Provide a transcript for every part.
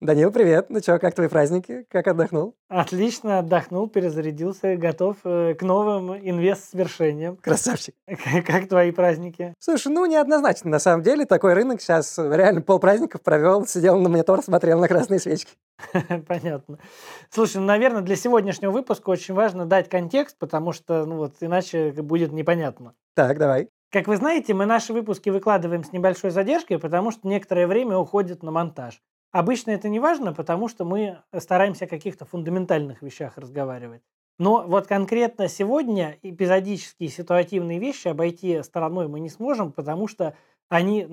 Данил, привет. Ну чё, как твои праздники? Как отдохнул? Отлично отдохнул, перезарядился, готов, к новым инвест-свершениям. Красавчик. Как твои праздники? Слушай, ну неоднозначно на самом деле. Такой рынок сейчас реально полпраздников провел, сидел на монитор, смотрел на красные свечки. Понятно. Слушай, ну, наверное, для сегодняшнего выпуска очень важно дать контекст, потому что, ну вот, иначе будет непонятно. Так, давай. Как вы знаете, мы наши выпуски выкладываем с небольшой задержкой, потому что некоторое время уходит на монтаж. Обычно это не важно, потому что мы стараемся о каких-то фундаментальных вещах разговаривать. Но вот конкретно сегодня эпизодические ситуативные вещи обойти стороной мы не сможем, потому что они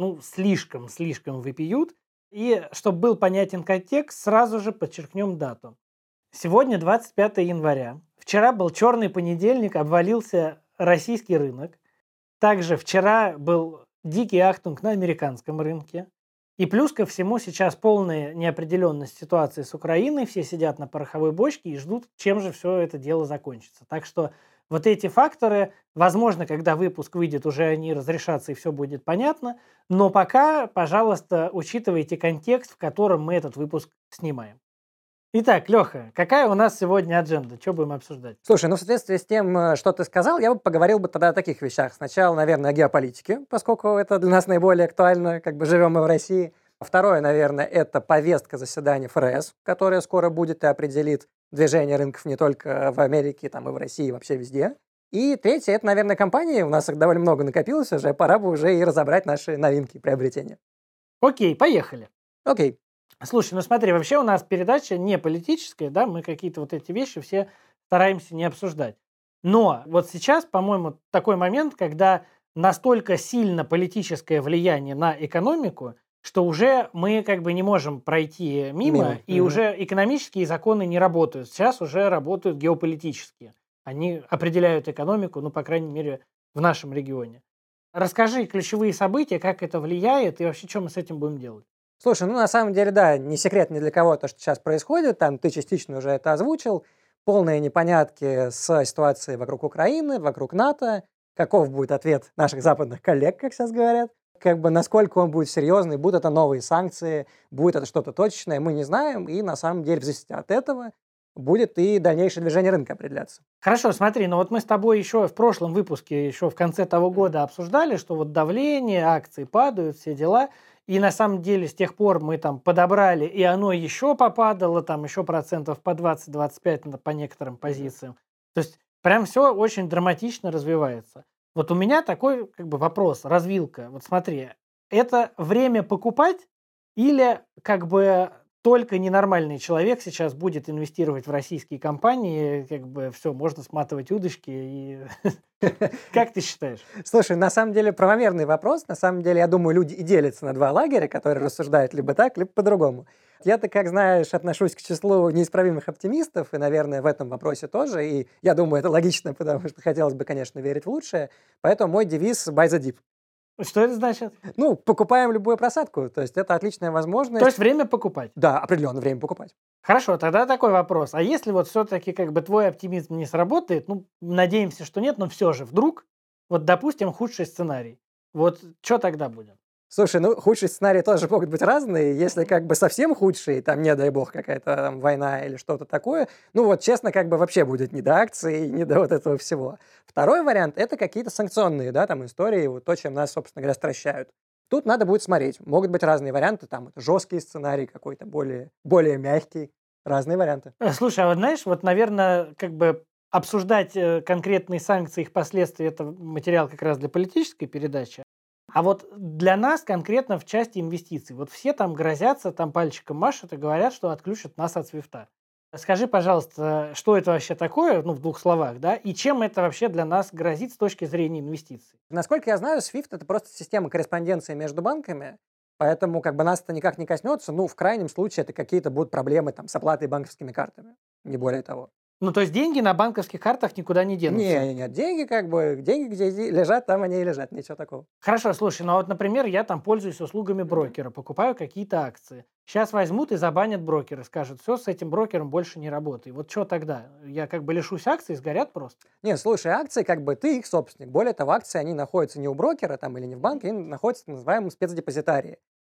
слишком выпьют. И чтобы был понятен контекст, сразу же подчеркнем дату. Сегодня 25 января. Вчера был черный понедельник, обвалился российский рынок. Также вчера был дикий ахтунг на американском рынке. И плюс ко всему сейчас полная неопределенность ситуации с Украиной. Все сидят на пороховой бочке и ждут, чем же все это дело закончится. Так что вот эти факторы, возможно, когда выпуск выйдет, уже они разрешатся и все будет понятно. Но пока, пожалуйста, учитывайте контекст, в котором мы этот выпуск снимаем. Итак, Леха, какая у нас сегодня адженда? Что будем обсуждать? Слушай, ну в соответствии с тем, что ты сказал, я бы поговорил бы тогда о таких вещах. Сначала, наверное, о геополитике, поскольку это для нас наиболее актуально, как бы живем мы в России. Второе, наверное, это повестка заседания ФРС, которая скоро будет и определит движение рынков не только в Америке, там и в России, и вообще везде. И третье, это, наверное, компании. У нас их довольно много накопилось уже, пора бы уже и разобрать наши новинки и приобретения. Окей, поехали. Окей. Слушай, ну смотри, вообще у нас передача не политическая, да, мы какие-то вот эти вещи все стараемся не обсуждать. Но вот сейчас, по-моему, такой момент, когда настолько сильно политическое влияние на экономику, что уже мы как бы не можем пройти мимо, Мимо. и Мгм. уже экономические законы не работают. Сейчас уже работают геополитические. Они определяют экономику, ну, по крайней мере, в нашем регионе. Расскажи ключевые события, как это влияет и вообще, что мы с этим будем делать. Слушай, ну на самом деле, да, не секрет ни для кого то, что сейчас происходит. Там ты частично уже это озвучил. Полные непонятки с ситуацией вокруг Украины, вокруг НАТО. Каков будет ответ наших западных коллег, как сейчас говорят. Как бы насколько он будет серьезный, будут это новые санкции, будет это что-то точечное, мы не знаем. И на самом деле, в зависимости от этого, будет и дальнейшее движение рынка определяться. Хорошо, смотри, но вот мы с тобой еще в прошлом выпуске, еще в конце того года обсуждали, что вот давление, акции падают, все дела. И на самом деле с тех пор мы там подобрали, и оно еще попадало, там еще процентов по 20-25 по некоторым позициям. То есть прям все очень драматично развивается. Вот у меня такой как бы вопрос, развилка. Вот смотри, это время покупать или как бы только ненормальный человек сейчас будет инвестировать в российские компании, как бы все, можно сматывать удочки. И как ты считаешь? Слушай, на самом деле правомерный вопрос. На самом деле, я думаю, люди и делятся на два лагеря, которые рассуждают либо так, либо по-другому. Я-то, как знаешь, отношусь к числу неисправимых оптимистов, и, наверное, в этом вопросе тоже. И я думаю, это логично, потому что хотелось бы, конечно, верить в лучшее. Поэтому мой девиз «Buy the dip». Что это значит? Ну, покупаем любую просадку. То есть это отличная То возможность. есть время покупать. Да, определенное время покупать. Хорошо, тогда такой вопрос. А если вот все-таки как бы твой оптимизм не сработает, ну, надеемся, что нет, но все же вдруг, вот допустим, худший сценарий. Вот что тогда будет? Слушай, ну, худшие сценарии тоже могут быть разные. Если как бы совсем худшие, там, не дай бог, какая-то там война или что-то такое, ну вот, честно, как бы вообще будет не до акций, не до вот этого всего. Второй вариант – это какие-то санкционные, да, там, истории, вот то, чем нас, собственно говоря, стращают. Тут надо будет смотреть. Могут быть разные варианты, там, это жесткий сценарий какой-то, более мягкий. Разные варианты. Слушай, а вот знаешь, вот, наверное, как бы обсуждать конкретные санкции, их последствия, это материал как раз для политической передачи. А вот для нас конкретно в части инвестиций. Вот все там грозятся, там пальчиком машут и говорят, что отключат нас от свифта. Скажи, пожалуйста, что это вообще такое, ну, в двух словах, да, и чем это вообще для нас грозит с точки зрения инвестиций? Насколько я знаю, SWIFT – это просто система корреспонденции между банками, поэтому как бы нас это никак не коснется. Ну, в крайнем случае, это какие-то будут проблемы там с оплатой банковскими картами, не более того. Ну, то есть деньги на банковских картах никуда не денутся. Не, деньги как бы, деньги где лежат, там они и лежат, ничего такого. Хорошо, слушай, ну а вот, например, я там пользуюсь услугами брокера, покупаю какие-то акции. Сейчас возьмут и забанят брокера, скажут, все, с этим брокером больше не работай. Вот что тогда? Я как бы лишусь акций, сгорят просто? Не, слушай, акции, как бы ты их собственник. Более того, акции, они находятся не у брокера там или не в банке, они находятся в так называемом спецдепозитарии.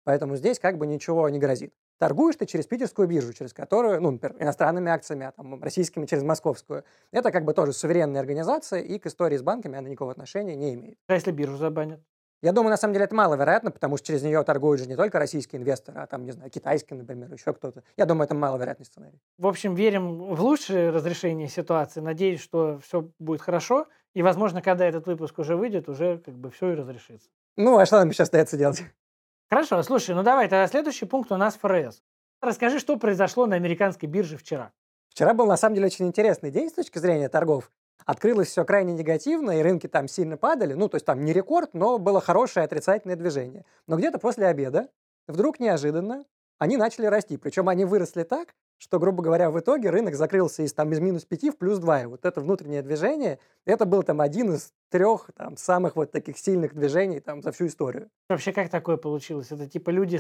Поэтому здесь как бы ничего не грозит. Торгуешь ты через питерскую биржу, через которую, ну, например, иностранными акциями, а там, российскими через московскую. Это как бы тоже суверенная организация, и к истории с банками она никакого отношения не имеет. А если биржу забанят? Я думаю, на самом деле это маловероятно, потому что через нее торгуют же не только российские инвесторы, а там, не знаю, китайские, например, еще кто-то. Я думаю, это маловероятный сценарий. В общем, верим в лучшее разрешение ситуации. Надеюсь, что все будет хорошо. И, возможно, когда этот выпуск уже выйдет, уже как бы все и разрешится. Ну, а что нам сейчас остается делать? Хорошо, слушай, ну давай, тогда следующий пункт у нас ФРС. Расскажи, что произошло на американской бирже вчера. Вчера был, на самом деле, очень интересный день с точки зрения торгов. Открылось все крайне негативно, и рынки там сильно падали. Ну, то есть там не рекорд, но было хорошее отрицательное движение. Но где-то после обеда, вдруг неожиданно, они начали расти. Причем они выросли так, что, грубо говоря, в итоге рынок закрылся из минус 5 в плюс 2. И вот это внутреннее движение, это был там один из 3 там, самых вот таких сильных движений там, за всю историю. Вообще, как такое получилось? Это типа люди,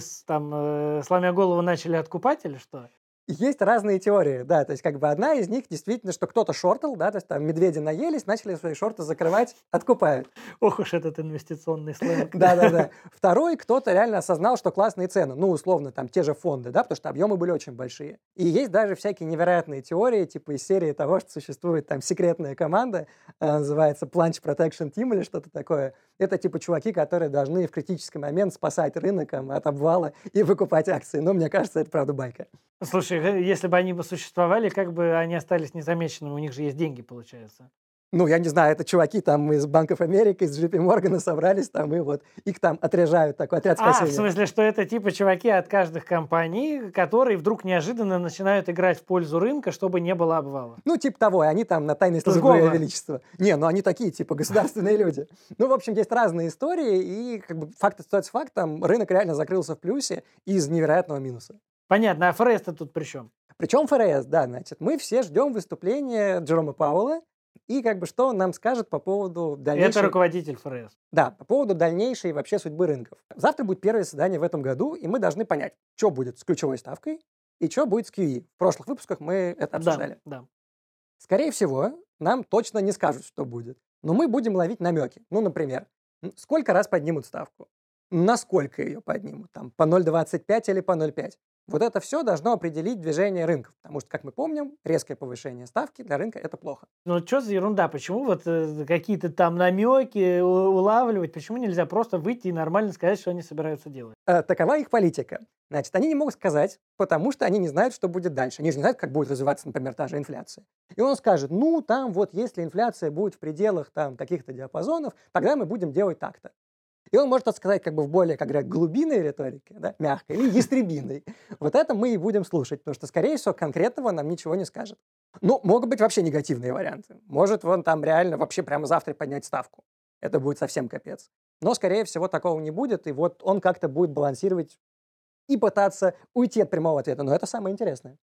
сломя голову, начали откупать или что? Есть разные теории, да, то есть как бы одна из них действительно, что кто-то шортал, да, то есть там медведи наелись, начали свои шорты закрывать, откупают. Ох уж этот инвестиционный сленг. Да-да-да. Второй, кто-то реально осознал, что классные цены, ну, условно, там те же фонды, да, потому что объемы были очень большие. И есть даже всякие невероятные теории, типа из серии того, что существует там секретная команда, называется Plunge Protection Team или что-то такое. Это типа чуваки, которые должны в критический момент спасать рынок от обвала и выкупать акции. Но мне кажется, это правда байка. Слушай, если бы они бы существовали, как бы они остались незамеченными, у них же есть деньги, получается. Ну, я не знаю, это чуваки там из Банков Америки, из JP Morgan собрались там, и вот их там отряжают, такой отряд спасения. В смысле, что это типа чуваки от каждых компаний, которые вдруг неожиданно начинают играть в пользу рынка, чтобы не было обвала. Ну, типа того, и они там на тайной службе Ее Величества. Не, ну они такие, типа, государственные люди. Ну, в общем, есть разные истории, и как бы факт остается фактом, рынок реально закрылся в плюсе из невероятного минуса. Понятно, а ФРС-то тут при чем? Причем ФРС, да, значит, мы все ждем выступления Джерома Пауэлла, и как бы что он нам скажет по поводу дальнейшей... Это руководитель ФРС. Да, по поводу дальнейшей вообще судьбы рынков. Завтра будет первое заседание в этом году, и мы должны понять, что будет с ключевой ставкой и что будет с QE. В прошлых выпусках мы это обсуждали. Да. Скорее всего, нам точно не скажут, что будет. Но мы будем ловить намеки. Ну, например, сколько раз поднимут ставку? Насколько ее поднимут? Там, по 0,25 или по 0,5? Вот это все должно определить движение рынков, потому что, как мы помним, резкое повышение ставки для рынка – это плохо. Ну, что за ерунда? Почему вот какие-то там намеки улавливать? Почему нельзя просто выйти и нормально сказать, что они собираются делать? Такова их политика. Значит, они не могут сказать, потому что они не знают, что будет дальше. Они же не знают, как будет развиваться, например, та же инфляция. И он скажет, ну, там вот, если инфляция будет в пределах там таких-то диапазонов, тогда мы будем делать так-то. И он может это сказать как бы в более, как говорят, глубинной риторике, да, мягкой, или ястребиной. Вот это мы и будем слушать, потому что, скорее всего, конкретного нам ничего не скажет. Но могут быть вообще негативные варианты. Может, вон там реально вообще прямо завтра поднять ставку. Это будет совсем капец. Но, скорее всего, такого не будет, и вот он как-то будет балансировать и пытаться уйти от прямого ответа. Но это самое интересное.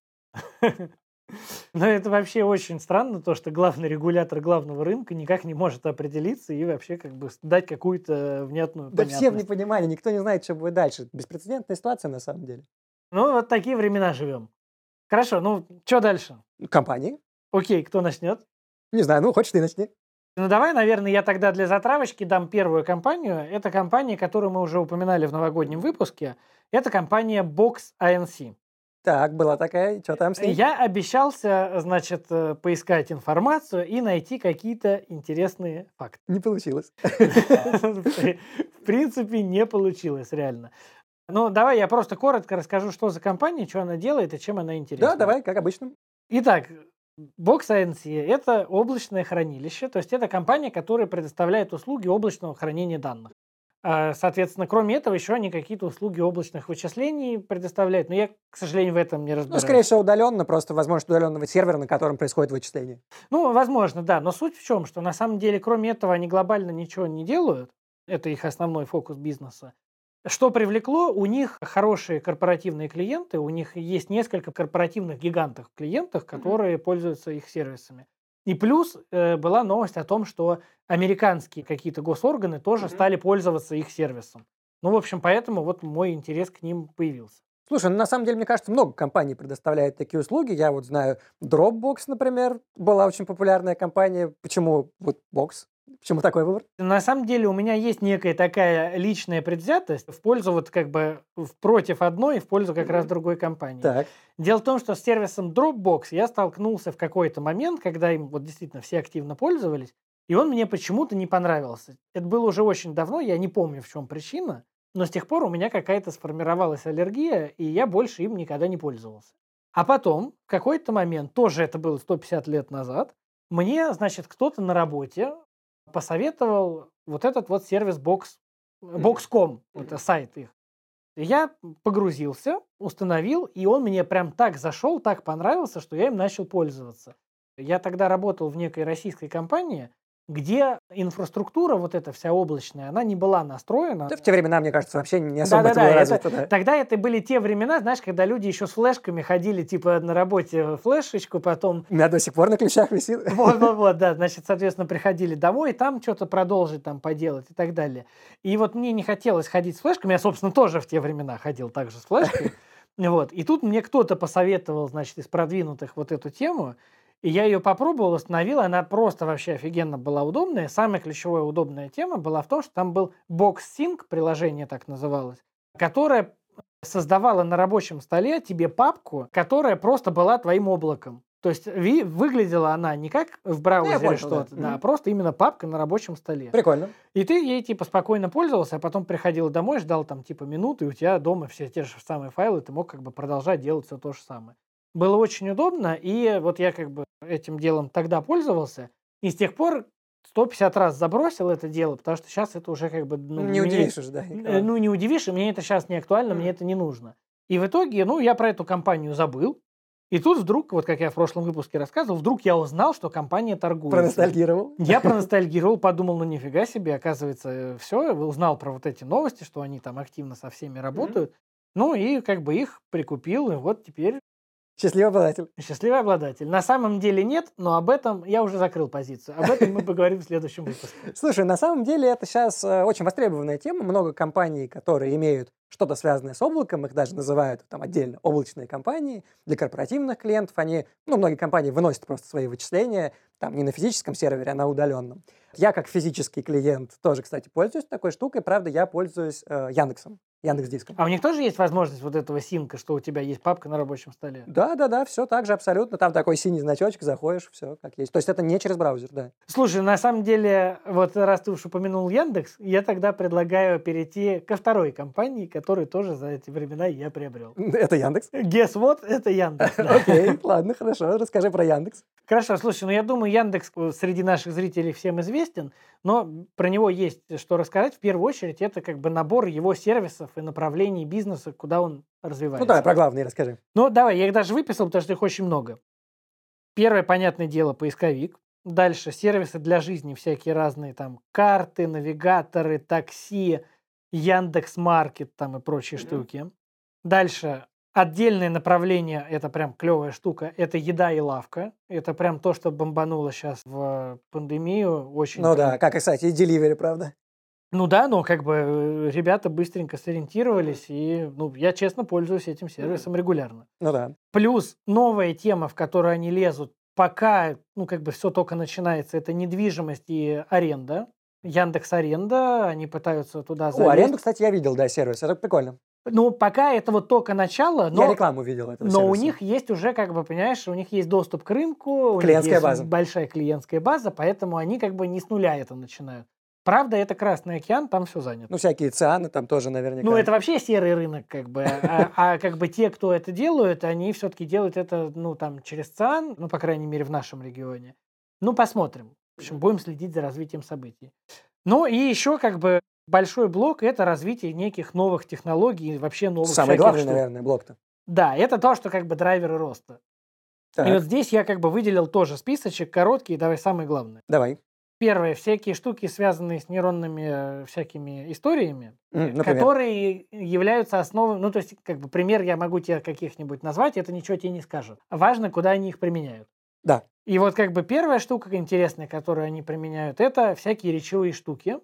Но это вообще очень странно, то, что главный регулятор главного рынка никак не может определиться и вообще как бы дать какую-то внятную понятность. Да все в непонимании, никто не знает, что будет дальше. Беспрецедентная ситуация на самом деле. Ну, вот такие времена живем. Хорошо, ну, что дальше? Компании. Окей, кто начнет? Не знаю, ну, хочешь ты начни. Ну, давай, наверное, я тогда для затравочки дам первую компанию. Это компания, которую мы уже упоминали в новогоднем выпуске. Это компания Box INC. Так, была такая, что там с ней? Я обещался, значит, поискать информацию и найти какие-то интересные факты. Не получилось. В принципе, не получилось, реально. Ну, давай я просто коротко расскажу, что за компания, что она делает и чем она интересна. Да, давай, как обычно. Итак, Box INC – это облачное хранилище, то есть это компания, которая предоставляет услуги облачного хранения данных. Соответственно, кроме этого, еще они какие-то услуги облачных вычислений предоставляют, но я, к сожалению, в этом не разбираюсь. Ну, скорее всего, удаленно, просто, возможно, удаленного сервера, на котором происходит вычисление. Ну, возможно, да, но суть в чем, что на самом деле, кроме этого, они глобально ничего не делают, это их основной фокус бизнеса. Что привлекло, у них хорошие корпоративные клиенты, у них есть несколько корпоративных гигантов клиентов, которые пользуются их сервисами. И плюс была новость о том, что американские какие-то госорганы тоже стали пользоваться их сервисом. Ну, в общем, поэтому вот мой интерес к ним появился. Слушай, ну, на самом деле, мне кажется, много компаний предоставляет такие услуги. Я вот знаю Dropbox, например, была очень популярная компания. Почему вот Box? Почему такой выбор? На самом деле у меня есть некая такая личная предвзятость в пользу вот как бы против одной и в пользу как раз другой компании. Так. Дело в том, что с сервисом Dropbox я столкнулся в какой-то момент, когда им вот действительно все активно пользовались, и он мне почему-то не понравился. Это было уже очень давно, я не помню, в чем причина, но с тех пор у меня какая-то сформировалась аллергия, и я больше им никогда не пользовался. А потом, в какой-то момент, тоже это было 150 лет назад, мне, значит, кто-то на работе посоветовал вот этот вот сервис Box.com, это сайт их. Я погрузился, установил, и он мне прям так зашел, так понравился, что я им начал пользоваться. Я тогда работал в некой российской компании, где инфраструктура вот эта вся облачная, она не была настроена. В те времена, мне кажется, вообще не особо это было Да-да-да, развито. Да. тогда это были те времена, знаешь, когда люди еще с флешками ходили, типа на работе флешечку, потом У меня до сих пор на ключах висит. вот, да, значит, соответственно, приходили домой, и там что-то продолжить там поделать и так далее. И вот мне не хотелось ходить с флешками, я, собственно, тоже в те времена ходил также с флешкой. Вот. И тут мне кто-то посоветовал, значит, из продвинутых вот эту тему, и я ее попробовал, установил, она просто вообще офигенно была удобная. Самая ключевая удобная тема была в том, что там был BoxSync, приложение так называлось, которое создавало на рабочем столе тебе папку, которая просто была твоим облаком. То есть выглядела она не как в браузере понял, что-то, да. а просто именно папка на рабочем столе. Прикольно. И ты ей типа спокойно пользовался, а потом приходил домой, ждал там типа минуты, и у тебя дома все те же самые файлы, ты мог как бы продолжать делать все то же самое. Было очень удобно, и вот я как бы этим делом тогда пользовался, и с тех пор 150 раз забросил это дело, потому что сейчас это уже как бы... Не удивишь уже, да. Ну, не удивишь, и мне это сейчас не актуально, мне это не нужно. И в итоге, ну, я про эту компанию забыл, и тут вдруг, вот как я в прошлом выпуске рассказывал, вдруг я узнал, что компания торгуется. Проностальгировал. Я проностальгировал, подумал, ну нифига себе, оказывается, все, узнал про вот эти новости, что они там активно со всеми работают. Ну и как бы их прикупил, и вот теперь Счастливый обладатель. счастливый обладатель. На самом деле нет, но об этом я уже закрыл позицию. Об этом мы поговорим в следующем выпуске. Слушай, на самом деле это сейчас очень востребованная тема. Много компаний, которые имеют что-то связанное с облаком, их даже называют там отдельно облачные компании. Для корпоративных клиентов они, многие компании выносят просто свои вычисления там не на физическом сервере, а на удаленном. Я как физический клиент тоже, кстати, пользуюсь такой штукой. Правда, я пользуюсь Яндексом, Яндекс.Диском. А у них тоже есть возможность вот этого синка, что у тебя есть папка на рабочем столе? Да, все так же абсолютно. Там такой синий значочек, заходишь, все как есть. То есть это не через браузер, да. Слушай, на самом деле, вот раз ты уж упомянул Яндекс, я тогда предлагаю перейти ко второй компании, которую тоже за эти времена я приобрел. Это Яндекс? Guess what? Это Яндекс. да. Окей, ладно, хорошо. Расскажи про Яндекс. Хорошо, слушай, ну я думаю, Яндекс среди наших зрителей всем известен, но про него есть что рассказать. В первую очередь, это как бы набор его сервисов и направлений бизнеса, куда он развивается. Ну давай про главные расскажи. Ну давай, я их даже выписал, потому что их очень много. Первое, понятное дело, поисковик. Дальше сервисы для жизни всякие разные, там карты, навигаторы, такси, Яндекс.Маркет там и прочие штуки. Дальше отдельное направление, это прям клевая штука, это еда и лавка. Это прям то, что бомбануло сейчас в пандемию. Очень Ну прям- да, как и, кстати, и Delivery, правда? Ну да, но как бы ребята быстренько сориентировались, и я честно пользуюсь этим сервисом регулярно. Ну да. Плюс новая тема, в которую они лезут, пока, как бы все только начинается, это недвижимость и аренда. Яндекс.Аренда, они пытаются туда залезть. Аренду, кстати, я видел, да, сервис. Это прикольно. Ну, пока это вот только начало, Я но, рекламу видел этого но у сервиса. них есть уже, как бы, понимаешь, у них есть доступ к рынку, у них Клиентская есть база. большая клиентская база, поэтому они как бы не с нуля это начинают. Правда, это Красный океан, там все занято. Всякие цианы там тоже наверняка. Ну, это вообще серый рынок, как бы. А как бы те, кто это делают, они все-таки делают это, там, через ЦИАН, по крайней мере, в нашем регионе. Посмотрим. В общем, будем следить за развитием событий. Ну, и еще, как бы, большой блок – это развитие неких новых технологий и вообще новых Самый всяких главный, штук. наверное, блок-то. Да, это то, что как бы драйверы роста. Так, И вот здесь я как бы выделил тоже списочек короткий, давай самое главное. давай. Первое, всякие штуки, связанные с нейронными всякими историями, Например. которые являются основой, то есть, как бы, пример я могу тебе каких-нибудь назвать, это ничего тебе не скажет. Важно, куда они их применяют. Да. И вот как бы первая штука интересная, которую они применяют, это всякие речевые штуки.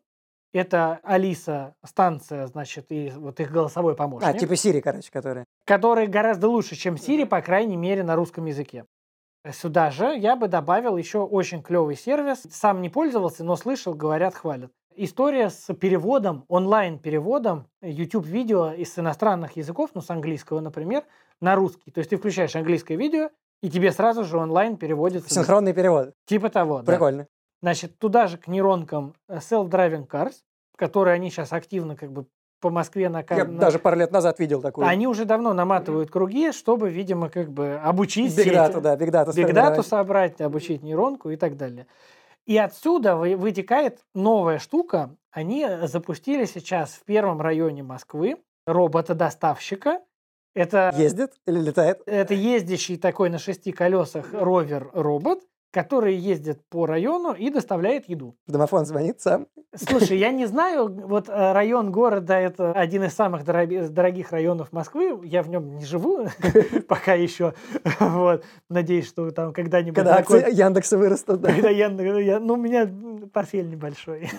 Это Алиса, станция, значит, и вот их голосовой помощник, Типа Siri, короче, который. который гораздо лучше, чем Siri, по крайней мере, на русском языке. Сюда же я бы добавил еще очень клевый сервис. Сам не пользовался, но слышал, говорят, хвалят. История с переводом, онлайн-переводом YouTube-видео из иностранных языков, ну, с английского, например, на русский. То есть ты включаешь английское видео, и тебе сразу же онлайн переводится. Синхронный перевод. Типа того, да. Прикольно. Значит, туда же к нейронкам self-driving cars, которые они сейчас активно как бы по Москве Я даже пару лет назад видел такую. Они уже давно наматывают круги, чтобы, видимо, как бы обучить Бигдату, да, бигдату собрать, обучить нейронку и так далее. И отсюда вытекает новая штука. Они запустили сейчас в первом районе Москвы робота-доставщика. Это ездит или летает? Это ездящий такой на 6 колесах ровер-робот, который ездит по району и доставляет еду. Домофон звонит сам. Слушай, я не знаю, вот район города – это один из самых дорогих районов Москвы. Я в нем не живу пока еще. Вот. Надеюсь, что там когда-нибудь… Когда акции Яндекса вырастут. Да. Когда ну, у меня портфель небольшой.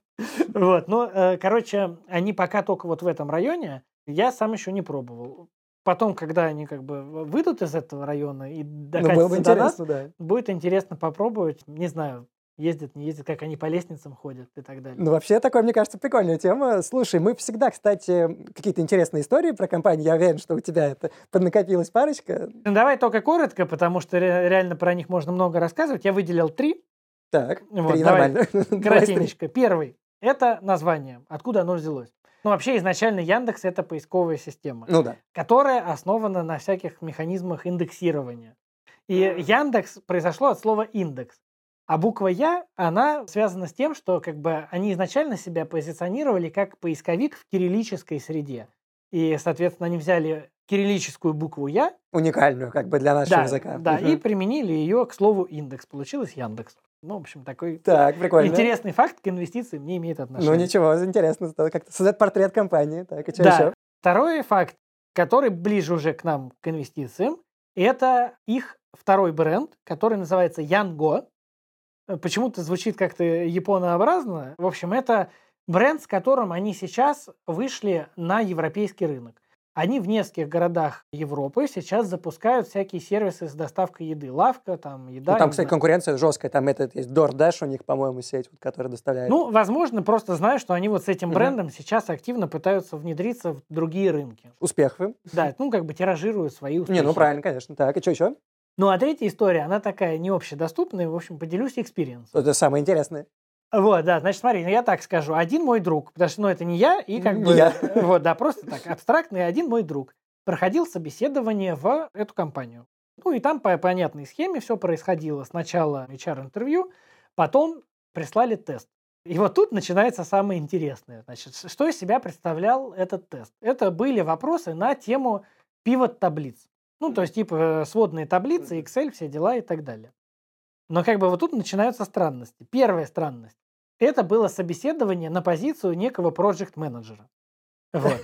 Вот. Ну, короче, они пока только вот в этом районе. Я сам еще не пробовал. Потом, когда они как бы выйдут из этого района и докатятся до нас, будет интересно попробовать. Не знаю, ездят, не ездят, как они по лестницам ходят и так далее. Ну, вообще, такое, мне кажется, прикольная тема. Слушай, мы всегда, кстати, какие-то интересные истории про компанию, я уверен, что у тебя это поднакопилась парочка. Ну, давай только коротко, потому что реально про них можно много рассказывать. Я выделил 3. Так, вот, 3 нормально. Коротенечко. Первый – это название. Откуда оно взялось? Ну, вообще, изначально Яндекс – это поисковая система, которая основана на всяких механизмах индексирования. И Яндекс произошло от слова «индекс». А буква «Я», она связана с тем, что как бы они изначально себя позиционировали как поисковик в кириллической среде. И, соответственно, они взяли кириллическую букву «Я». Уникальную как бы для нашего языка. Да, и применили ее к слову «индекс». Получилось Яндекс. Ну, в общем, такой интересный факт к инвестициям не имеет отношения. Ну, ничего, интересно. Как-то создать портрет компании. Так, и что еще? Второй факт, который ближе уже к нам, к инвестициям, это их второй бренд, который называется Yango. Почему-то звучит как-то японообразно. В общем, это бренд, с которым они сейчас вышли на европейский рынок. Они в нескольких городах Европы сейчас запускают всякие сервисы с доставкой еды. Лавка, там, еда. Ну, там, кстати, конкуренция жесткая. Там есть DoorDash у них, по-моему, сеть, которая доставляет. Ну, возможно, просто знаю, что они вот с этим брендом сейчас активно пытаются внедриться в другие рынки. Успехов им. Да, ну, как бы тиражируют свои успехи. Не, ну, правильно, конечно. Так, и что еще? Ну, а третья история, она такая не общедоступная. В общем, поделюсь экспириенсом. Это самое интересное. Вот, да, значит, смотри, ну я так скажу, один мой друг, потому что, ну, это не я, и как не бы, я. вот, да, просто так, абстрактный один мой друг проходил собеседование в эту компанию. Ну, и там по понятной схеме все происходило. Сначала HR-интервью, потом прислали тест. И вот тут начинается самое интересное. Значит, что из себя представлял этот тест? Это были вопросы на тему пивот-таблиц. Ну, то есть, типа, сводные таблицы, Excel, все дела и так далее. Но как бы вот тут начинаются странности. Первая странность. Это было собеседование на позицию некого проект-менеджера. Вот.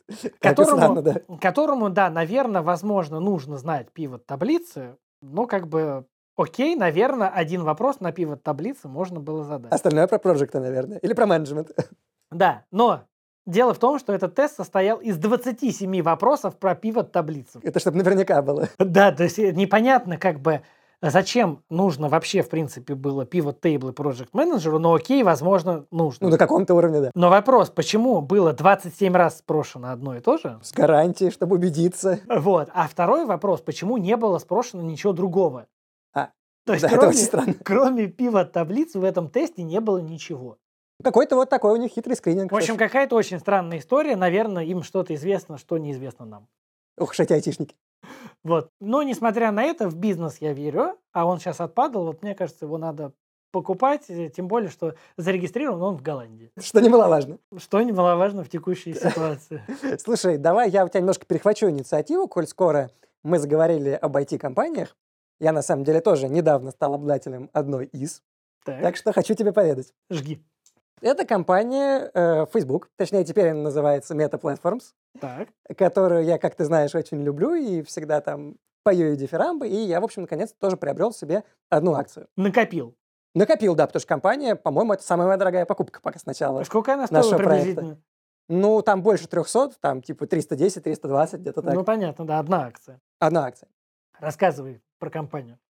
Которому, да, наверное, возможно, нужно знать пивот-таблицы, но как бы окей, наверное, один вопрос на пивот-таблице можно было задать. Остальное про проекты, наверное, или про менеджмент. Да, но дело в том, что этот тест состоял из 27 вопросов про пивот-таблицу. Это чтобы наверняка было. Да, то есть непонятно как бы, зачем нужно вообще, в принципе, было Pivot Table и Project Manager, но окей, возможно, нужно. Ну, на каком-то уровне, да. Но вопрос, почему было 27 раз спрошено одно и то же? С гарантией, чтобы убедиться. Вот. А второй вопрос, почему не было спрошено ничего другого? То есть, да, кроме Pivot-таблиц в этом тесте не было ничего. Какой-то вот такой у них хитрый скрининг. В общем, какая-то очень странная история. Наверное, им что-то известно, что неизвестно нам. Ух, эти айтишники. Вот. Но, несмотря на это, в бизнес я верю, а он сейчас отпадал. Вот мне кажется, его надо покупать, тем более, что зарегистрирован он в Голландии. Что немаловажно. Что немаловажно в текущей ситуации. Слушай, давай я у тебя немножко перехвачу инициативу, коль скоро мы заговорили об IT-компаниях. Я, на самом деле, тоже недавно стал обладателем одной из. Так что хочу тебе поведать. Жги. Это компания Facebook, точнее, теперь она называется Meta Platforms, которую я, как ты знаешь, очень люблю и всегда там пою и дифирамбы, и я, в общем, наконец тоже приобрел себе одну акцию. Накопил, да, потому что компания, по-моему, это самая моя дорогая покупка пока сначала. Сколько она стоила приблизительно? Ну, там больше 300, там типа 310, 320, где-то так. Ну, понятно, да, одна акция. Одна акция. Рассказывай про компанию.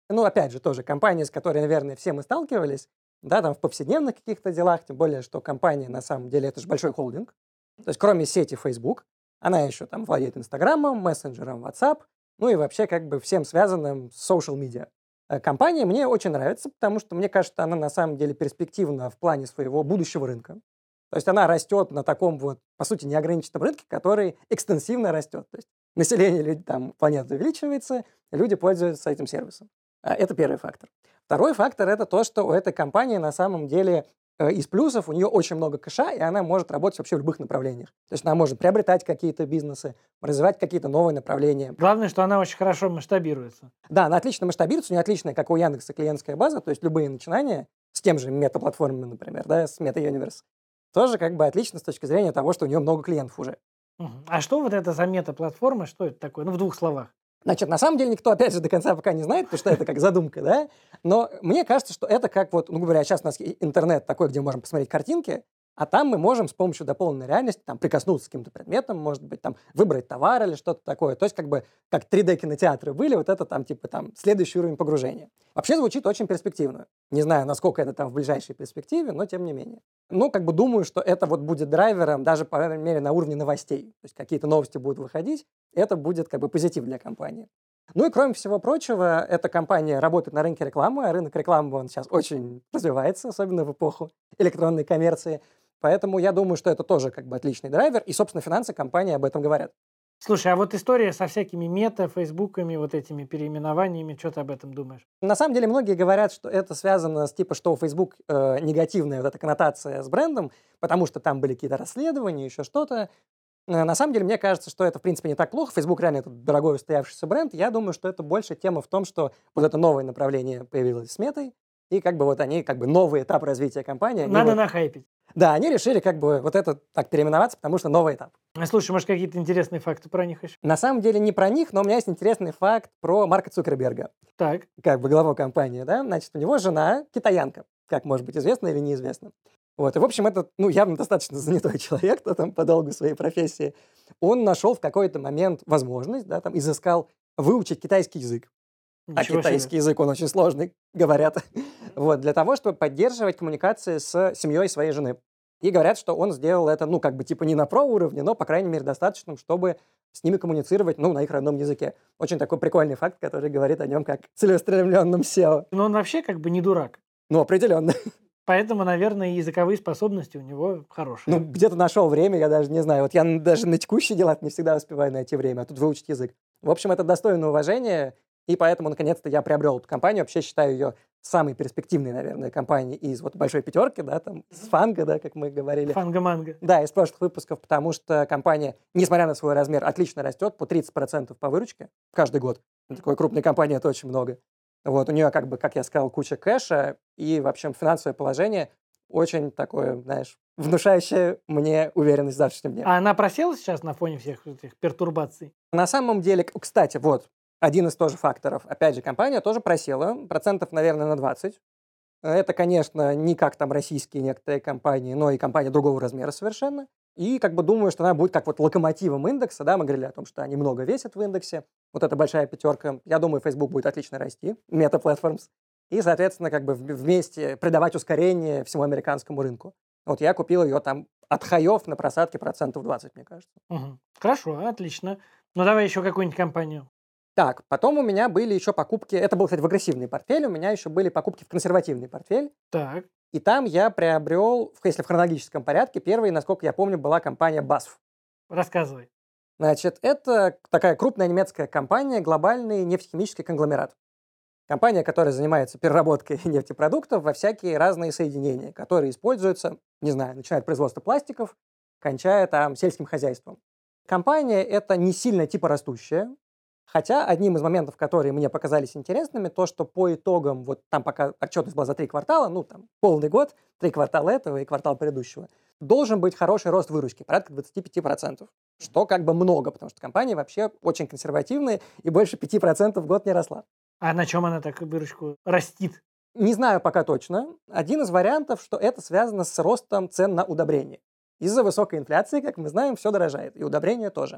Ну, опять же, тоже компания, с которой, наверное, все мы сталкивались, да, там в повседневных каких-то делах, тем более, что компания, на самом деле, это же большой холдинг. То есть, кроме сети Facebook, она еще там владеет Инстаграмом, мессенджером WhatsApp, ну и вообще как бы всем связанным с social media. Компания мне очень нравится, потому что, мне кажется, она на самом деле перспективна в плане своего будущего рынка. То есть она растет на таком вот, по сути, неограниченном рынке, который экстенсивно растет. То есть население там, планеты увеличивается, люди пользуются этим сервисом. Это первый фактор. Второй фактор – это то, что у этой компании на самом деле из плюсов у нее очень много кэша, и она может работать вообще в любых направлениях. То есть она может приобретать какие-то бизнесы, развивать какие-то новые направления. Главное, что она очень хорошо масштабируется. Да, она отлично масштабируется, у нее отличная, как у Яндекса, клиентская база, то есть любые начинания с тем же мета-платформами, например, да, с Meta Universe, тоже как бы отлично с точки зрения того, что у нее много клиентов уже. А что вот это за мета-платформа, что это такое? Ну, в 2 словах. Значит, на самом деле никто, опять же, до конца пока не знает, потому что это как задумка, да? Но мне кажется, что это как вот, ну, говоря, сейчас у нас интернет такой, где мы можем посмотреть картинки, а там мы можем с помощью дополненной реальности там прикоснуться к каким-то предметам, может быть, там выбрать товар или что-то такое. То есть как бы как 3D-кинотеатры были, вот это там типа там следующий уровень погружения. Вообще звучит очень перспективно. Не знаю, насколько это там в ближайшей перспективе, но тем не менее. Ну, как бы думаю, что это вот будет драйвером даже, по крайней мере, на уровне новостей. То есть какие-то новости будут выходить, это будет как бы позитив для компании. Ну и кроме всего прочего, эта компания работает на рынке рекламы, а рынок рекламы он сейчас очень развивается, особенно в эпоху электронной коммерции. Поэтому я думаю, что это тоже как бы отличный драйвер, и, собственно, финансы компании об этом говорят. Слушай, а вот история со всякими мета, фейсбуками, вот этими переименованиями, что ты об этом думаешь? На самом деле многие говорят, что это связано с типа, что у Facebook негативная вот эта коннотация с брендом, потому что там были какие-то расследования, еще что-то. На самом деле, мне кажется, что это, в принципе, не так плохо. Facebook реально это дорогой устоявшийся бренд. Я думаю, что это больше тема в том, что вот это новое направление появилось с Метой, и как бы вот они, как бы новый этап развития компании. Надо вот, нахайпить. да, они решили как бы вот это так переименоваться, потому что новый этап. Слушай, может, какие-то интересные факты про них еще? На самом деле не про них, но у меня есть интересный факт про Марка Цукерберга, Так. как бы главу компании, да. Значит, у него жена китаянка, как может быть известно или неизвестно. Вот, и, в общем, это, ну, явно достаточно занятой человек, кто там по долгу своей профессии. Он нашел в какой-то момент возможность, да, там, изыскал выучить китайский язык. Ничего Китайский себе. язык, он очень сложный, говорят. Вот, для того, чтобы поддерживать коммуникации с семьей своей жены. И говорят, что он сделал это, ну, как бы, типа, не на про-уровне, но, по крайней мере, достаточным, чтобы с ними коммуницировать, ну, на их родном языке. Очень такой прикольный факт, который говорит о нем как целеустремленном SEO. Но он вообще как бы не дурак. Ну, определенно. Поэтому, наверное, и языковые способности у него хорошие. Ну, где-то нашел время, я даже не знаю. Вот я даже на текущие дела не всегда успеваю найти время, а тут выучить язык. В общем, это достойно уважения, и поэтому, наконец-то, я приобрел эту компанию. Вообще считаю ее самой перспективной, наверное, компанией из вот большой пятерки, да, там, с фанга, да, как мы говорили. Фанга-манга. Да, из прошлых выпусков, потому что компания, несмотря на свой размер, отлично растет по 30% по выручке каждый год. Такой крупной компании это очень много. Вот, у нее, как бы, как я сказал, куча кэша, и, в общем, финансовое положение очень такое, знаешь, внушающее мне уверенность в завтрашнем дне. А она просела сейчас на фоне всех этих пертурбаций? На самом деле, кстати, вот, один из тоже факторов. Опять же, компания тоже просела, процентов, наверное, на 20. Это, конечно, не как там российские некоторые компании, но и компания другого размера совершенно. И как бы думаю, что она будет как вот локомотивом индекса, да, мы говорили о том, что они много весят в индексе, вот эта большая пятерка. Я думаю, Facebook будет отлично расти, Meta Platforms, и, соответственно, как бы вместе придавать ускорение всему американскому рынку. Вот я купил ее там от хаев на просадке процентов 20, мне кажется. Угу. Хорошо, отлично. Ну, давай еще какую-нибудь компанию. Так, потом у меня были еще покупки, это был, кстати, в агрессивный портфель, у меня еще были покупки в консервативный портфель, Так. и там я приобрел, если в хронологическом порядке, первой, насколько я помню, была компания BASF. Рассказывай. Значит, это такая крупная немецкая компания, глобальный нефтехимический конгломерат. Компания, которая занимается переработкой нефтепродуктов во всякие разные соединения, которые используются, не знаю, начиная от производства пластиков, кончая там сельским хозяйством. Компания это не сильно типа растущая, хотя одним из моментов, которые мне показались интересными, то, что по итогам, вот там пока отчетность была за 3 квартала, ну там полный год, 3 квартала этого и квартал предыдущего, должен быть хороший рост выручки, порядка 25%, что как бы много, потому что компания вообще очень консервативная и больше 5% в год не росла. А на чем она так выручку растит? Не знаю пока точно. Один из вариантов, что это связано с ростом цен на удобрения. Из-за высокой инфляции, как мы знаем, все дорожает, и удобрения тоже.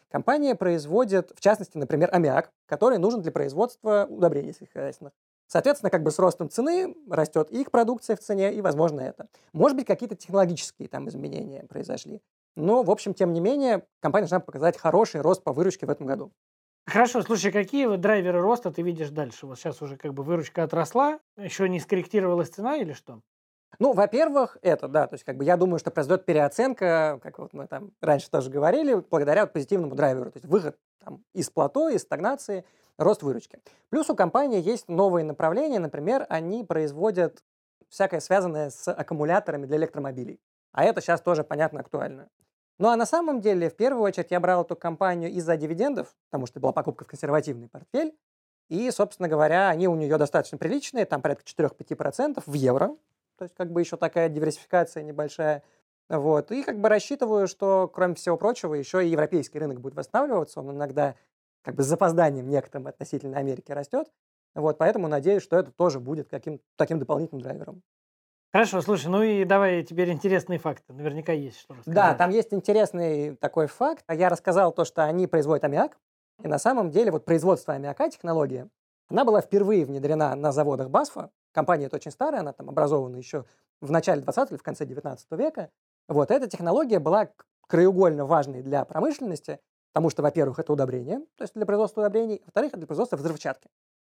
Компания производит, в частности, например, аммиак, который нужен для производства удобрений сельскохозяйственных. Соответственно, как бы с ростом цены растет их продукция в цене, и, возможно, это. Может быть, какие-то технологические там изменения произошли. Но, в общем, тем не менее, компания должна показать хороший рост по выручке в этом году. Хорошо, слушай, какие вот драйверы роста ты видишь дальше? Вот сейчас уже как бы выручка отросла, еще не скорректировалась цена или что? Ну, во-первых, это, да, то есть как бы я думаю, что произойдет переоценка, как вот мы там раньше тоже говорили, благодаря вот позитивному драйверу, то есть выход там из плато, из стагнации, рост выручки. Плюс у компании есть новые направления, например, они производят всякое связанное с аккумуляторами для электромобилей, а это сейчас тоже, понятно, актуально. Ну а на самом деле, в первую очередь, я брал эту компанию из-за дивидендов, потому что была покупка в консервативный портфель, и, собственно говоря, они у нее достаточно приличные, там порядка 4-5% в евро, то есть как бы еще такая диверсификация небольшая. Вот. И как бы рассчитываю, что, кроме всего прочего, еще и европейский рынок будет восстанавливаться. Он иногда как бы с запозданием некоторым относительно Америки растет. Вот. Поэтому надеюсь, что это тоже будет каким-то таким дополнительным драйвером. Хорошо, слушай, ну и давай теперь интересные факты. Наверняка есть что рассказать. Да, там есть интересный такой факт. Я рассказал то, что они производят аммиак. И на самом деле вот производство аммиака, технология, она была впервые внедрена на заводах BASF. Компания это очень старая, она там образована еще в начале 20 или в конце 19 века. Вот эта технология была краеугольно важной для промышленности, потому что, во-первых, это удобрение, то есть для производства удобрений, во-вторых, это для производства взрывчатки.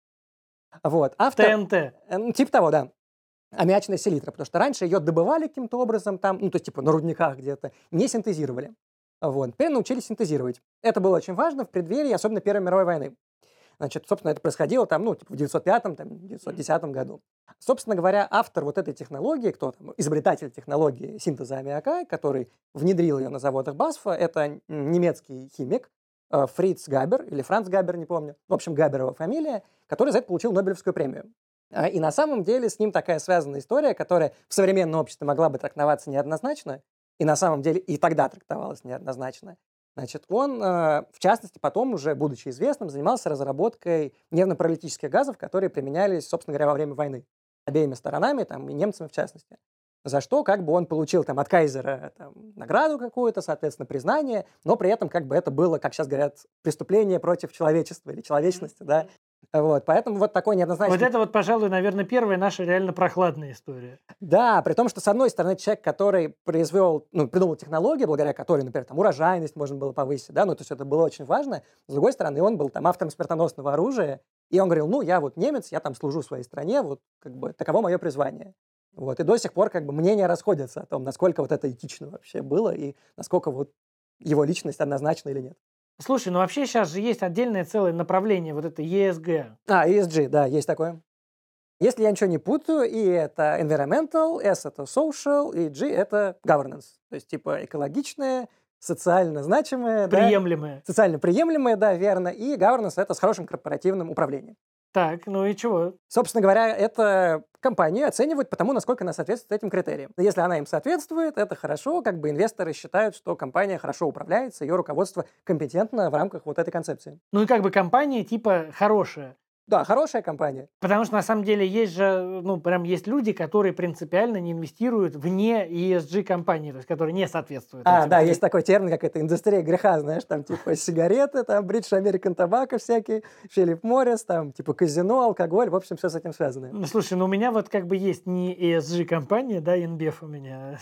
Вот. ТНТ. Типа того, да. Аммиачная селитра, потому что раньше ее добывали каким-то образом, там, ну, то есть типа на рудниках где-то, не синтезировали. Вот. Теперь научились синтезировать. Это было очень важно в преддверии, особенно Первой мировой войны. Значит, собственно, это происходило там, ну, типа в 905-м, там, 910 году. Собственно говоря, автор вот этой технологии, кто там, изобретатель технологии синтеза аммиака, который внедрил ее на заводах BASF, это немецкий химик Фриц Габер, или Франц Габер, не помню, в общем, Габерова фамилия, который за это получил Нобелевскую премию. И на самом деле с ним такая связанная история, которая в современном обществе могла бы трактоваться неоднозначно, и на самом деле и тогда трактовалась неоднозначно. Значит, он, в частности, потом уже, будучи известным, занимался разработкой нервно-паралитических газов, которые применялись, собственно говоря, во время войны обеими сторонами, там, и немцами в частности. За что как бы он получил там, от кайзера там, награду какую-то, соответственно, признание, но при этом как бы это было, как сейчас говорят, преступление против человечества или человечности, да. Вот, поэтому вот такой неоднозначный... Вот это вот, пожалуй, наверное, первая наша реально прохладная история. Да, при том, что, с одной стороны, человек, который придумал технологию, благодаря которой, например, там, урожайность можно было повысить, да, ну, то есть это было очень важно. С другой стороны, он был там автором смертоносного оружия, и он говорил, ну, я вот немец, я там служу своей стране, вот как бы таково мое призвание. Вот, и до сих пор как бы мнения расходятся о том, насколько вот это этично вообще было, и насколько вот его личность однозначна или нет. Слушай, ну вообще сейчас же есть отдельное целое направление, вот это ESG. ESG, да, есть такое. Если я ничего не путаю, и это environmental, S это social, и G это governance. То есть типа экологичное, социально значимое. Приемлемое. Да, социально приемлемое, да, верно. И governance это с хорошим корпоративным управлением. Так, ну и чего? Собственно говоря, это компания оценивает по тому, насколько она соответствует этим критериям. Если она им соответствует, это хорошо, как бы инвесторы считают, что компания хорошо управляется, ее руководство компетентно в рамках вот этой концепции. Ну и как бы компания типа хорошая. Да, хорошая компания. Потому что на самом деле есть же, ну прям есть люди, которые принципиально не инвестируют вне ESG компании, то есть которые не соответствуют. Да, есть такой термин, как это индустрия греха, знаешь, там типа сигареты, там British American Tobacco всякие, Philip Morris, там типа казино, алкоголь, в общем, все с этим связано. Ну, слушай, ну у меня вот как бы есть не ESG компания, да, InBev у меня.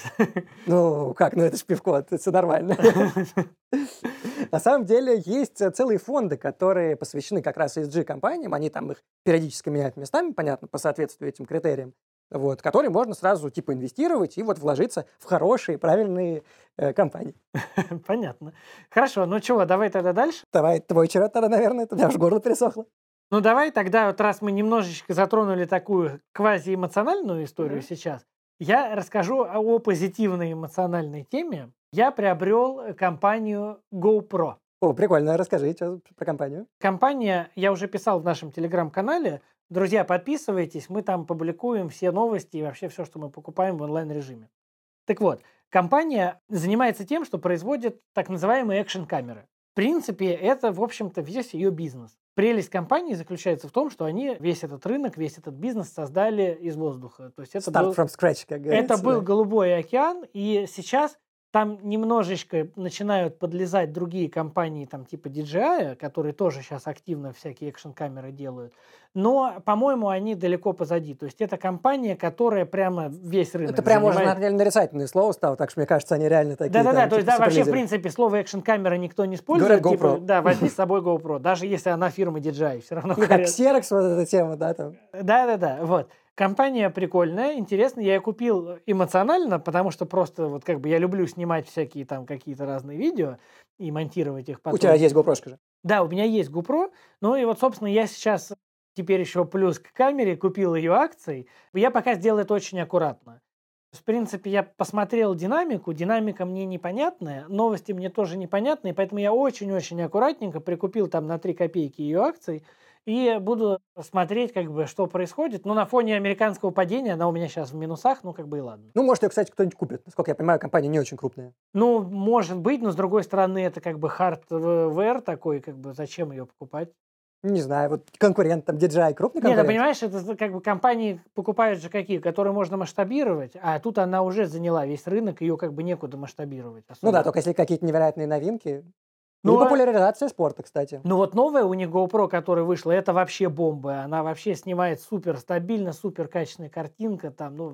Ну как, ну это ж пивко, это все нормально. На самом деле есть целые фонды, которые посвящены как раз ESG-компаниям, они там их периодически меняют местами, понятно, по соответствию этим критериям, вот, которые можно сразу типа инвестировать и вот вложиться в хорошие, правильные компании. Понятно. Хорошо, ну чего, давай тогда дальше? Давай, твой черед тогда, наверное, у меня аж горло пересохло. Ну давай тогда, вот раз мы немножечко затронули такую квазиэмоциональную историю сейчас, я расскажу о позитивной эмоциональной теме. Я приобрел компанию GoPro. О, прикольно, расскажи, что про компанию. Компания, я уже писал в нашем телеграм-канале. Друзья, подписывайтесь, мы там публикуем все новости и вообще все, что мы покупаем в онлайн-режиме. Так вот, компания занимается тем, что производит так называемые экшн-камеры. В принципе, это, в общем-то, весь ее бизнес. Прелесть компании заключается в том, что они весь этот рынок, весь этот бизнес создали из воздуха. То есть это Start from scratch, как говорится. Это был голубой океан, и сейчас Там немножечко начинают подлезать другие компании, там типа DJI, которые тоже сейчас активно всякие экшн-камеры делают. Но, по-моему, они далеко позади. То есть это компания, которая прямо весь рынок Это прям уже занимает. нарицательное слово стало, так что мне кажется, они реально такие. Да-да-да, там, то есть типа, да, вообще, в суперлидеры. принципе, слово экшн-камера никто не использует. Говорят Типа, GoPro. да, возьми с собой GoPro, даже если она фирмы DJI, все равно Ну, как говорят. Xerox, вот эта тема, да, там. Да-да-да, вот. Компания прикольная, интересная. Я ее купил эмоционально, потому что просто вот как бы я люблю снимать всякие там какие-то разные видео и монтировать их потом. У тебя есть GoPro, скажи. Да, у меня есть GoPro. Ну и вот, собственно, я сейчас теперь еще плюс к камере купил ее акцией. Я пока сделал это очень аккуратно. В принципе, я посмотрел динамику. Динамика мне непонятная, новости мне тоже непонятные, поэтому я очень-очень аккуратненько прикупил там на 3 копейки ее акций и буду смотреть, как бы, что происходит. Но на фоне американского падения она у меня сейчас в минусах, ну, как бы и ладно. Ну, может, ее, кстати, кто-нибудь купит. Насколько я понимаю, компания не очень крупная. Ну, может быть, но с другой стороны, это как бы hardware такой, как бы, зачем ее покупать? Не знаю, вот конкурент, там, DJI крупный Нет, ты конкурент? понимаешь, это как бы компании покупают же какие, которые можно масштабировать, а тут она уже заняла весь рынок, ее как бы некуда масштабировать. Ну особо. да, только если какие-то невероятные новинки. Ну, Или а- популяризация спорта, кстати. Ну вот новая у них GoPro, которая вышла, это вообще бомба. Она вообще снимает супер стабильно, супер качественная картинка. Там, ну,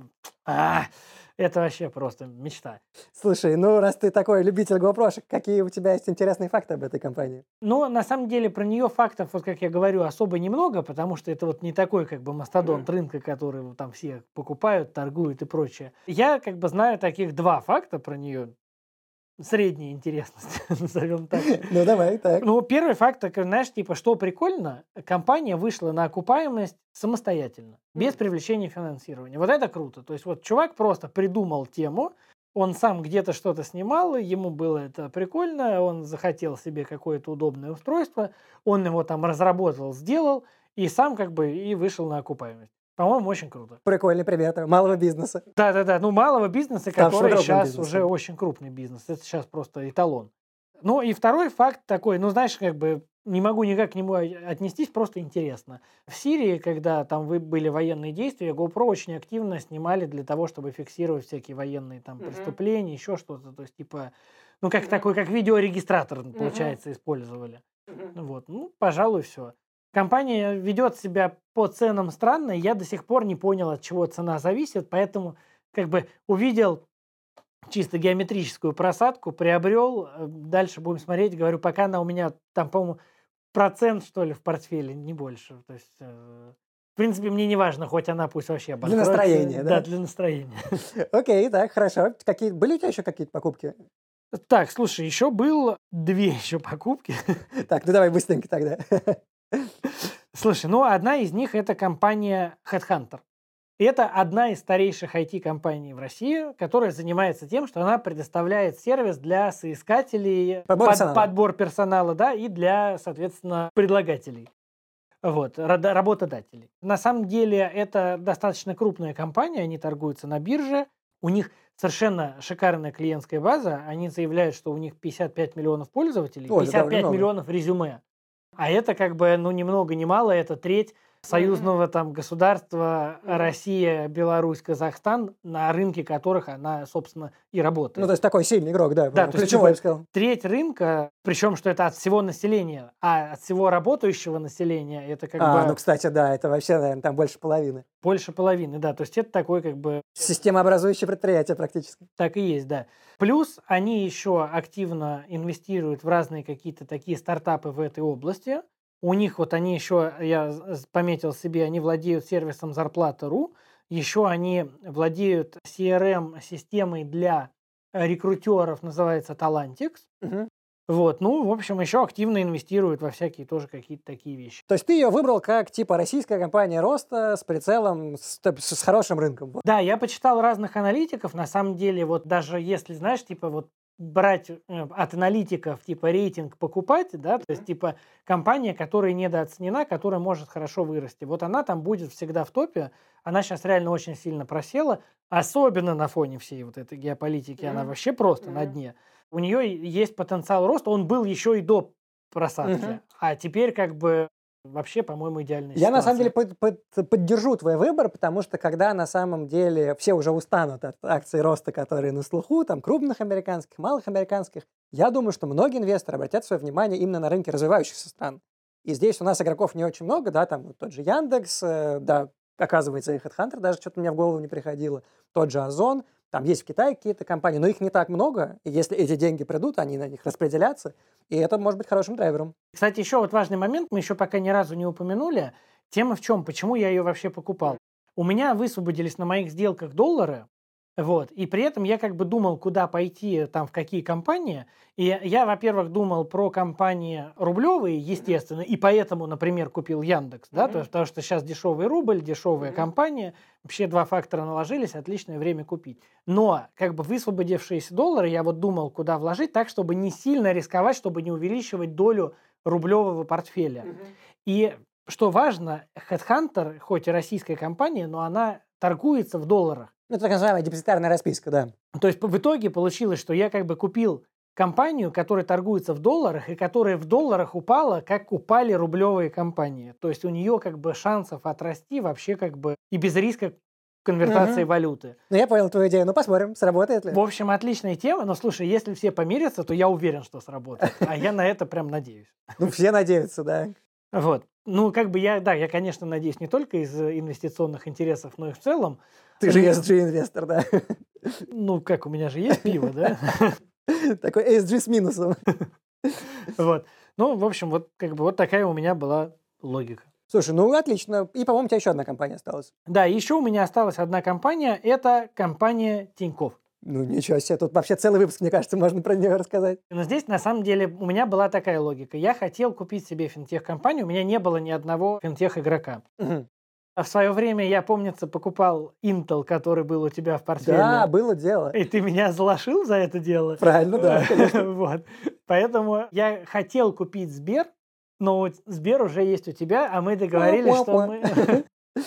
это вообще просто мечта. Слушай, ну раз ты такой любитель GoPro, какие у тебя есть интересные факты об этой компании? Но на самом деле про нее фактов, вот как я говорю, особо немного, потому что это вот не такой как бы мастодонт рынка, который вот там все покупают, торгуют и прочее. Я как бы знаю таких 2 факта про нее. Средней интересности, назовем так. Ну давай, так. Ну, первый факт, так, знаешь, типа, что прикольно, компания вышла на окупаемость самостоятельно, без привлечения финансирования. Вот это круто. То есть вот чувак просто придумал тему, он сам где-то что-то снимал, ему было это прикольно, он захотел себе какое-то удобное устройство, он его там разработал, сделал, и сам как бы и вышел на окупаемость. По-моему, очень круто. Прикольный пример малого бизнеса. Да-да-да, ну малого бизнеса, Ставшего который крупным сейчас бизнесом. уже очень крупный бизнес. Это сейчас просто эталон. Ну и второй факт такой, ну знаешь, как бы не могу никак к нему отнестись, просто интересно. В Сирии, когда там были военные действия, GoPro очень активно снимали для того, чтобы фиксировать всякие военные там преступления, еще что-то. То есть типа, ну как такой, как видеорегистратор, получается, использовали. Вот, ну, пожалуй, все. Компания ведет себя по ценам странно, и я до сих пор не понял, от чего цена зависит, поэтому как бы увидел чисто геометрическую просадку, приобрел, дальше будем смотреть, говорю, пока она у меня там, по-моему, процент, что ли, в портфеле, не больше. То есть, в принципе, мне не важно, хоть она пусть вообще обанкротится. настроения, да? Да, для настроения. Окей, так, хорошо. Были у тебя еще какие-то покупки? Так, слушай, еще было 2 еще покупки. Так, ну давай быстренько тогда. Слушай, ну одна из них это компания Headhunter. Это одна из старейших IT-компаний в России, которая занимается тем, что она предоставляет сервис для соискателей, подбор персонала, да, и для, соответственно, предлагателей. Вот, работодателей. На самом деле это достаточно крупная компания, они торгуются на бирже, у них совершенно шикарная клиентская база, они заявляют, что у них 55 миллионов пользователей, 55 миллионов резюме. А это как бы, ну, ни много ни мало, это треть союзного там государства Россия, Беларусь, Казахстан, на рынке которых она, собственно, и работает. Ну, то есть такой сильный игрок, да, Да, то есть, ключевой, я бы типа, сказал. треть рынка, причем, что это от всего населения, а от всего работающего населения это как бы Ну, кстати, да, это вообще, наверное, там больше половины. больше половины, да, то есть это такой как бы Системообразующее предприятие практически. так и есть, да. Плюс они еще активно инвестируют в разные какие-то такие стартапы в этой области. У них вот они еще, я пометил себе, они владеют сервисом Зарплата.ру, еще они владеют CRM-системой для рекрутеров, называется Talantix. Мгм. Вот, ну, в общем, еще активно инвестируют во всякие тоже какие-то такие вещи. То есть ты ее выбрал как типа российская компания роста с прицелом, с хорошим рынком. Вот. Да, я почитал разных аналитиков, на самом деле, вот даже если, знаешь, типа вот брать от аналитиков типа рейтинг покупать, да, то есть типа компания, которая недооценена, которая может хорошо вырасти. Вот она там будет всегда в топе. Она сейчас реально очень сильно просела, особенно на фоне всей вот этой геополитики. Она вообще просто на дне. У нее есть потенциал роста, он был еще и до просадки. А теперь как бы вообще, по-моему, идеальная Я на самом деле ситуация. поддержу твой выбор, потому что когда на самом деле все уже устанут от акций роста, которые на слуху, там крупных американских, малых американских, я думаю, что многие инвесторы обратят свое внимание именно на рынке развивающихся стран. И здесь у нас игроков не очень много, да, там вот тот же Яндекс, да, оказывается, и HeadHunter даже что-то мне в голову не приходило, тот же Озон, там есть в Китае какие-то компании, но их не так много, и если эти деньги придут, они на них распределятся, и это может быть хорошим драйвером. Кстати, еще вот важный момент, мы еще пока ни разу не упомянули. Тема в чем? Почему я ее вообще покупал? У меня высвободились на моих сделках доллары, вот, и при этом я как бы думал, куда пойти, там, в какие компании. И я, во-первых, думал про компании рублевые, естественно, и поэтому, например, купил Яндекс, да, то есть, потому что сейчас дешевый рубль, дешевая компания, вообще два фактора наложились, отличное время купить. Но как бы высвободившиеся доллары, я вот думал, куда вложить так, чтобы не сильно рисковать, чтобы не увеличивать долю рублевого портфеля. И что важно, HeadHunter, хоть и российская компания, но она торгуется в долларах. Ну, это так называемая депозитарная расписка, да. То есть в итоге получилось, что я как бы купил компанию, которая торгуется в долларах и которая в долларах упала, как упали рублевые компании. То есть у нее как бы шансов отрасти вообще как бы и без риска конвертации валюты. Ну, я понял твою идею. Ну, посмотрим, сработает ли. В общем, отличная тема. Но слушай, если все помирятся, то я уверен, что сработает. А я на это прям надеюсь. Ну, все надеются, да. Вот. Ну, как бы я, конечно, надеюсь не только из инвестиционных интересов, но и в целом. Ты же ESG-инвестор, да. Ну, как, у меня же есть пиво, да? Такой ESG с минусом. Вот. Ну, в общем, вот как бы вот такая у меня была логика. Слушай, ну отлично. И, по-моему, у тебя еще одна компания осталась. Да, еще у меня осталась одна компания. Это компания Тинькофф. Ну, ничего себе. Тут вообще целый выпуск, мне кажется, можно про нее рассказать. Но здесь, на самом деле, у меня была такая логика. Я хотел купить себе финтех-компанию. У меня не было ни одного финтех-игрока. А в свое время, я, помнится, покупал Intel, который был у тебя в портфеле. Да, было дело. И ты меня залошил за это дело. Правильно, да, конечно. Вот. Поэтому я хотел купить Сбер, но вот Сбер уже есть у тебя, а мы договорились, что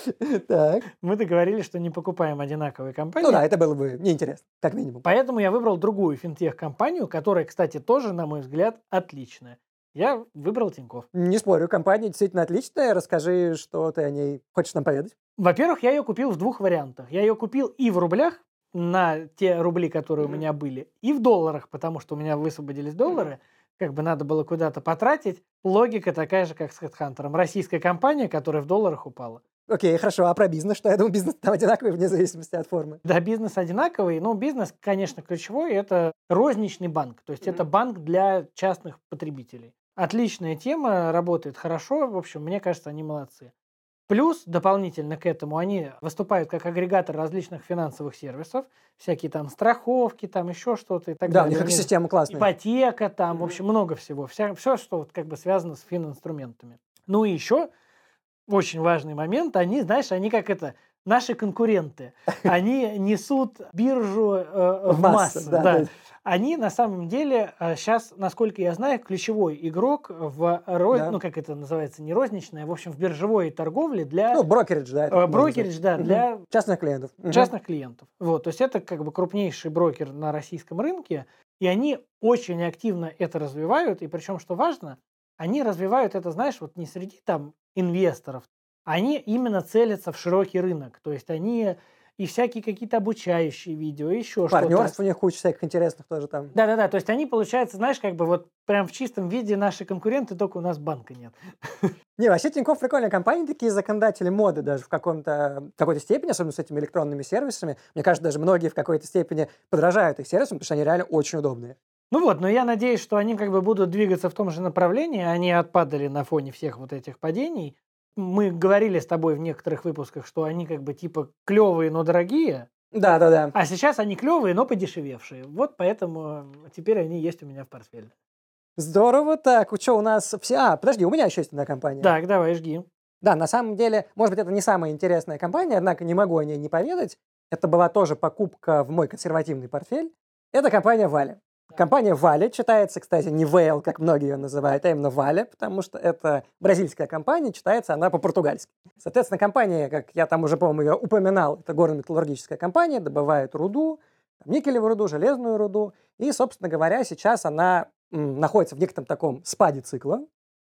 Так. мы договорились, что не покупаем одинаковые компании. Ну да, это было бы неинтересно, как минимум. Поэтому я выбрал другую финтех-компанию, которая, кстати, тоже, на мой взгляд, отличная. Я выбрал Тинькофф. Не спорю, компания действительно отличная. Расскажи, что ты о ней хочешь нам поведать. Во-первых, я ее купил в двух вариантах. Я ее купил и в рублях, на те рубли, которые у меня были, и в долларах, потому что у меня высвободились доллары, как бы надо было куда-то потратить. Логика такая же, как с HeadHunter. Российская компания, которая в долларах упала. Окей, хорошо. А про бизнес что? Я думаю, бизнес там одинаковый вне зависимости от формы. Да, бизнес одинаковый, но бизнес, конечно, ключевой. Это розничный банк, то есть это банк для частных потребителей. Отличная тема, работает хорошо. В общем, мне кажется, они молодцы. Плюс, дополнительно к этому, они выступают как агрегатор различных финансовых сервисов, всякие там страховки, там еще что-то и так Да, у далее. них экосистема классная. Ипотека, там, в общем, много всего. Все, что вот как бы связано с фининструментами. Ну и еще очень важный момент, они, знаешь, они как это, наши конкуренты. Они несут биржу в массы. Да. Они на самом деле сейчас, насколько я знаю, ключевой игрок в ну как это называется, не розничная, в общем, в биржевой торговле для... Ну, брокеридж, да. Брокеридж, да, для частных клиентов. частных клиентов. Вот, то есть это как бы крупнейший брокер на российском рынке, и они очень активно это развивают, и причем, что важно, они развивают это, знаешь, вот не среди там инвесторов, они именно целятся в широкий рынок, то есть они и всякие какие-то обучающие видео, еще что-то. Партнерств у них куча всяких интересных тоже там. Да-да-да, то есть они, получается, знаешь, как бы вот прям в чистом виде наши конкуренты, только у нас банка нет. Не, вообще Тинькофф прикольная компания, такие законодатели моды даже в какой-то степени, особенно с этими электронными сервисами. Мне кажется, даже многие в какой-то степени подражают их сервисам, потому что они реально очень удобные. Ну вот, но я надеюсь, что они как бы будут двигаться в том же направлении, они отпадали на фоне всех вот этих падений. Мы говорили с тобой в некоторых выпусках, что они как бы типа клевые, но дорогие. Да. А сейчас они клевые, но подешевевшие. Вот поэтому теперь они есть у меня в портфеле. Здорово. Так, что у нас все... подожди, у меня еще есть одна компания. Так, давай, жги. Да, на самом деле, может быть, это не самая интересная компания, однако не могу о ней не поведать. Это была тоже покупка в мой консервативный портфель. Это компания Валя. Компания Валя читается, кстати, не Вейл, как многие ее называют, а именно Валя, потому что это бразильская компания, читается она по-португальски. Соответственно, компания, как я там уже, по-моему, ее упоминал, это горно-металлургическая компания, добывает руду, никелевую руду, железную руду. И, собственно говоря, сейчас она находится в некотором таком спаде цикла.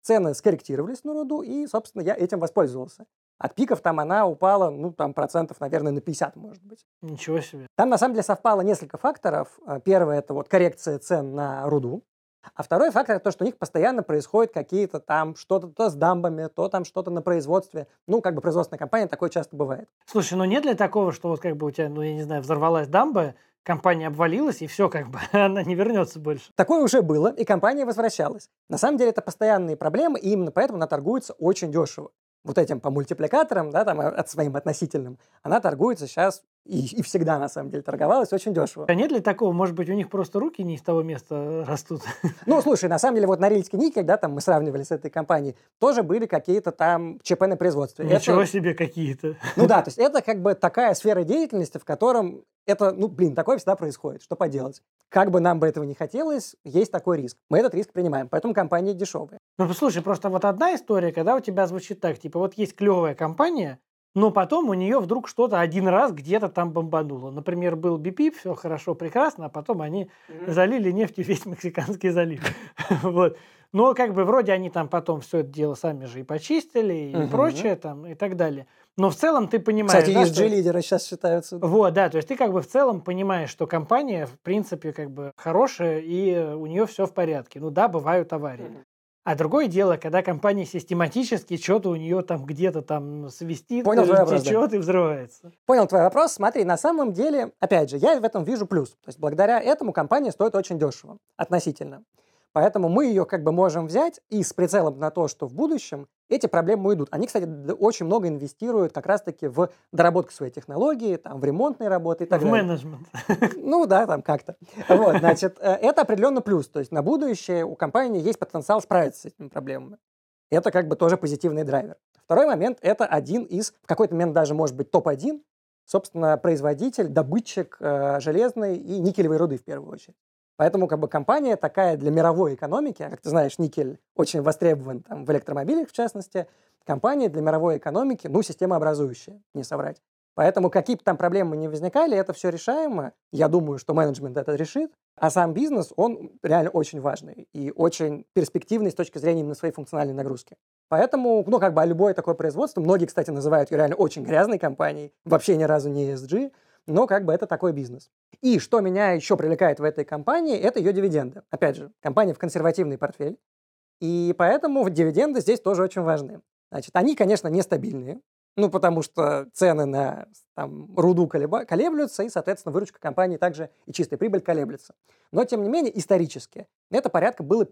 цены скорректировались на руду, и, собственно, я этим воспользовался. От пиков там она упала, ну, там, процентов, наверное, на 50, может быть. Ничего себе. Там, на самом деле, совпало несколько факторов. Первое – это вот коррекция цен на руду. А второй фактор – это то, что у них постоянно происходят какие-то там что-то то с дамбами, то там что-то на производстве. Ну, как бы производственная компания, такое часто бывает. Слушай, ну нет ли такого, что вот как бы у тебя, ну я не знаю, взорвалась дамба, компания обвалилась, и все, как бы она не вернется больше? Такое уже было, и компания возвращалась. На самом деле это постоянные проблемы, и именно поэтому она торгуется очень дешево. Вот этим по мультипликаторам, да, там, от своим относительным, она торгуется сейчас и всегда, на самом деле, торговалась очень дешево. А нет ли такого, может быть, у них просто руки не из того места растут? Ну, слушай, на самом деле, вот Норильский никель, да, там мы сравнивали с этой компанией, тоже были какие-то там ЧП на производстве. Ничего себе какие-то. Ну да, то есть это как бы такая сфера деятельности, в котором это, ну, блин, такое всегда происходит. Что поделать? Как бы нам бы этого не хотелось, есть такой риск. Мы этот риск принимаем, поэтому компании дешевые. Ну, послушай, просто вот одна история, когда у тебя звучит так, типа, вот есть клевая компания, но потом у нее вдруг что-то один раз где-то там бомбануло. Например, был BP, все хорошо, прекрасно, а потом они залили нефтью весь Мексиканский залив. Вот. Но как бы вроде они там потом все это дело сами же и почистили, и прочее там, и так далее. Но в целом ты понимаешь, Кстати, да, ESG-лидеры сейчас считаются. вот, да, то есть ты как бы в целом понимаешь, что компания, в принципе, как бы хорошая, и у нее все в порядке. Ну да, бывают аварии. А другое дело, когда компания систематически что-то у нее там где-то там свистит, Понял твой вопрос, течет и взрывается. Понял твой вопрос. Смотри, на самом деле, опять же, я в этом вижу плюс. То есть благодаря этому компания стоит очень дешево относительно. Поэтому мы ее как бы можем взять и с прицелом на то, что в будущем эти проблемы уйдут. Они, кстати, очень много инвестируют как раз-таки в доработку своей технологии, там, в ремонтные работы и так В далее. менеджмент. Ну да, там как-то. Вот, значит, это определенно плюс. То есть на будущее у компании есть потенциал справиться с этими проблемами. Это как бы тоже позитивный драйвер. Второй момент – это один из, в какой-то момент даже может быть топ-1, собственно, производитель, добытчик железной и никелевой руды в первую очередь. Поэтому как бы компания такая для мировой экономики, а как ты знаешь, никель очень востребован там, в электромобилях в частности, компания для мировой экономики, ну, системообразующая, не соврать. Поэтому какие бы там проблемы ни возникали, это все решаемо. Я думаю, что менеджмент это решит. А сам бизнес, он реально очень важный и очень перспективный с точки зрения именно своей функциональной нагрузки. Поэтому, ну, как бы любое такое производство, многие, кстати, называют ее реально очень грязной компанией, вообще ни разу не ESG, но как бы это такой бизнес. И что меня еще привлекает в этой компании, это ее дивиденды. Опять же, компания в консервативный портфель, и поэтому дивиденды здесь тоже очень важны. Значит, они, конечно, нестабильные, ну, потому что цены на там, руду колеблются, и, соответственно, выручка компании также и чистая прибыль колеблется. Но, тем не менее, исторически это порядка было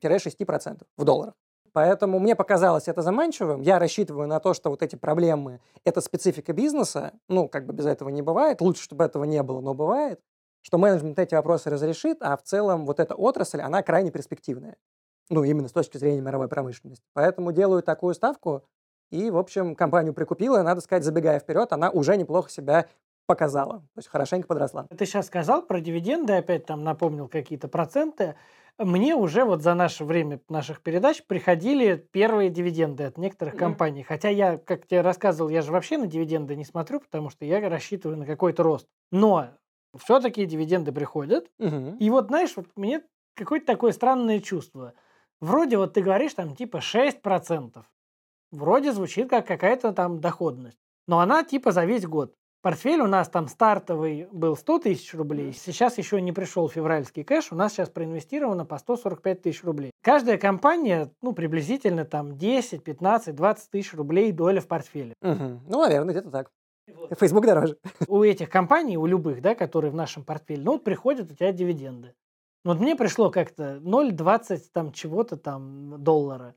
5-6% в долларах. Поэтому мне показалось это заманчивым. Я рассчитываю на то, что вот эти проблемы – это специфика бизнеса. Ну, как бы без этого не бывает. Лучше, чтобы этого не было, но бывает. Что менеджмент эти вопросы разрешит, а в целом вот эта отрасль, она крайне перспективная. Ну, именно с точки зрения мировой промышленности. Поэтому делаю такую ставку. И, в общем, компанию прикупила, надо сказать, забегая вперед, она уже неплохо себя показала. То есть хорошенько подросла. Ты сейчас сказал про дивиденды, опять там напомнил какие-то проценты. Мне уже вот за наше время наших передач приходили первые дивиденды от некоторых компаний. Хотя я, как тебе рассказывал, я же вообще на дивиденды не смотрю, потому что я рассчитываю на какой-то рост. Но все-таки дивиденды приходят. И вот, знаешь, вот мне какое-то такое странное чувство. Вроде вот ты говоришь там типа 6%. Вроде звучит как какая-то там доходность. Но она типа за весь год. Портфель у нас там стартовый был 100 тысяч рублей. Сейчас еще не пришел февральский кэш. У нас сейчас проинвестировано по 145 тысяч рублей. Каждая компания, ну, приблизительно там 10, 15, 20 тысяч рублей доля в портфеле. Ну, наверное, где-то так. Facebook дороже. У этих компаний, у любых, да, которые в нашем портфеле, ну, вот приходят у тебя дивиденды. Вот мне пришло как-то 0,20 там чего-то там доллара.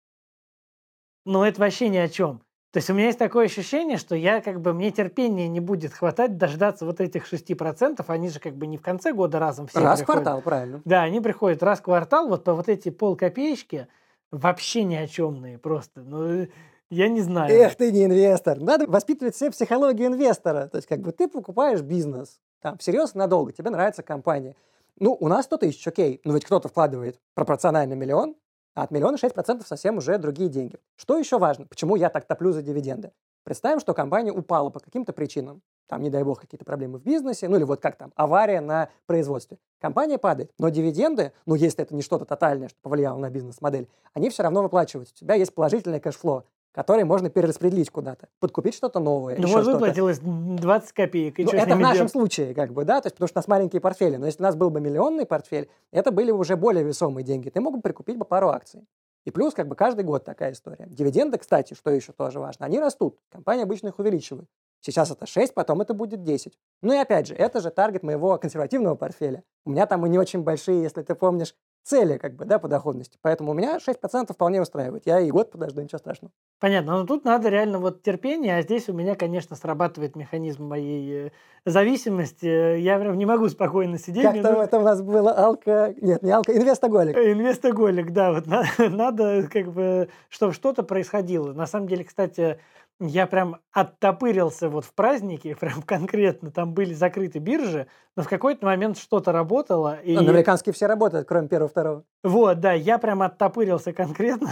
Но это вообще ни о чем. То есть у меня есть такое ощущение, что я как бы, мне терпения не будет хватать дождаться вот этих 6%. Они же как бы не в конце года разом все Раз в приходят. квартал, правильно. Да, они приходят раз в квартал, вот по вот эти полкопеечки вообще ни о чемные просто. Ну, я не знаю. Эх, ты не инвестор. Надо воспитывать себе психологию инвестора. То есть как бы ты покупаешь бизнес, там, всерьез надолго, тебе нравится компания. Ну, у нас 100 тысяч, окей, но ведь кто-то вкладывает пропорционально миллион, а от миллиона 6% совсем уже другие деньги. Что еще важно? Почему я так топлю за дивиденды? Представим, что компания упала по каким-то причинам. там, не дай бог, какие-то проблемы в бизнесе, ну или вот как там, авария на производстве. Компания падает, но дивиденды, ну если это не что-то тотальное, что повлияло на бизнес-модель, они все равно выплачиваются. У тебя есть положительный кэшфлоу, который можно перераспределить куда-то, подкупить что-то новое, Ну еще вот что-то. выплатилось 20 копеек, и Ну, что с это в ними нашем делать? случае, как бы, да, то есть, потому что у нас маленькие портфели. Но если у нас был бы миллионный портфель, это были уже более весомые деньги. Ты мог бы прикупить бы пару акций. И плюс, как бы, каждый год такая история. Дивиденды, кстати, что еще тоже важно, они растут. Компания обычно их увеличивает. Сейчас это 6, потом это будет 10. Ну и опять же, это же таргет моего консервативного портфеля. У меня там и не очень большие, если ты помнишь, цели, как бы, да, по доходности. Поэтому у меня 6% вполне устраивает. Я и год подожду, ничего страшного. Понятно, но тут надо реально вот терпение, а здесь у меня, конечно, срабатывает механизм моей зависимости. Я прям не могу спокойно сидеть. Как Мне там нужно... это у нас было? Нет, не алка, инвестоголик. Инвестоголик, да, вот надо как бы, чтобы что-то происходило. На самом деле, кстати, я прям оттопырился вот в праздники, прям конкретно, там были закрыты биржи, но в какой-то момент что-то работало, Ну, и американские все работают, кроме первого, второго. вот, да, я прям оттопырился конкретно,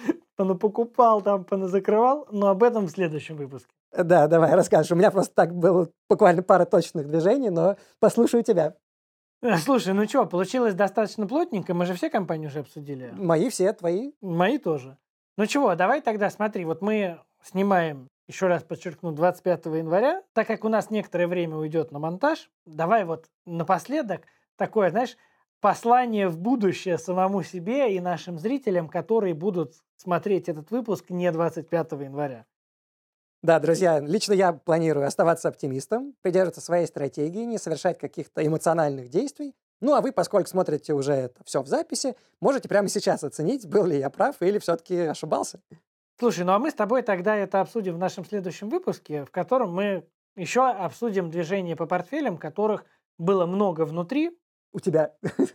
понапокупал там, поназакрывал, но об этом в следующем выпуске. Да, давай, расскажешь. У меня просто так было буквально пара точных движений, но послушаю тебя. Слушай, ну что, получилось достаточно плотненько, мы же все компании уже обсудили. Мои все, твои. Мои тоже. Ну чего, давай тогда смотри, вот мы снимаем, еще раз подчеркну, 25 января, так как у нас некоторое время уйдет на монтаж, давай вот напоследок такое, знаешь, послание в будущее самому себе и нашим зрителям, которые будут смотреть этот выпуск не 25 января. Да, друзья, лично я планирую оставаться оптимистом, придерживаться своей стратегии, не совершать каких-то эмоциональных действий. Ну, а вы, поскольку смотрите уже это все в записи, можете прямо сейчас оценить, был ли я прав или все-таки ошибался. Слушай, ну а мы с тобой тогда это обсудим в нашем следующем выпуске, в котором мы еще обсудим движение по портфелям, которых было много внутри. У тебя.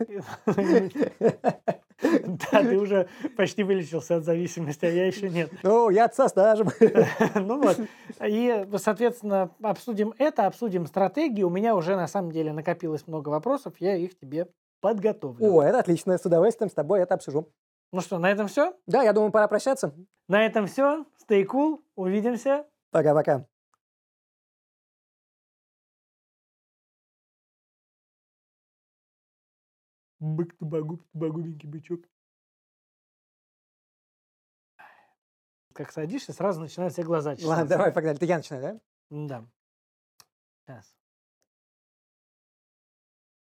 Да, ты уже почти вылечился от зависимости, а я еще нет. Ну, я со стажем. Ну вот. И, соответственно, обсудим это, обсудим стратегии. У меня уже на самом деле накопилось много вопросов, я их тебе подготовлю. О, это отлично, с удовольствием с тобой это обсужу. Ну что, на этом все? Да, я думаю, пора прощаться. На этом все. Stay cool. Увидимся. Пока-пока. Бык-тубагуб-тубагубенький бычок. Как садишься, сразу начинают все глаза чесаться. Ладно, давай, погнали. Ты я начинаю, да? Да. Сейчас.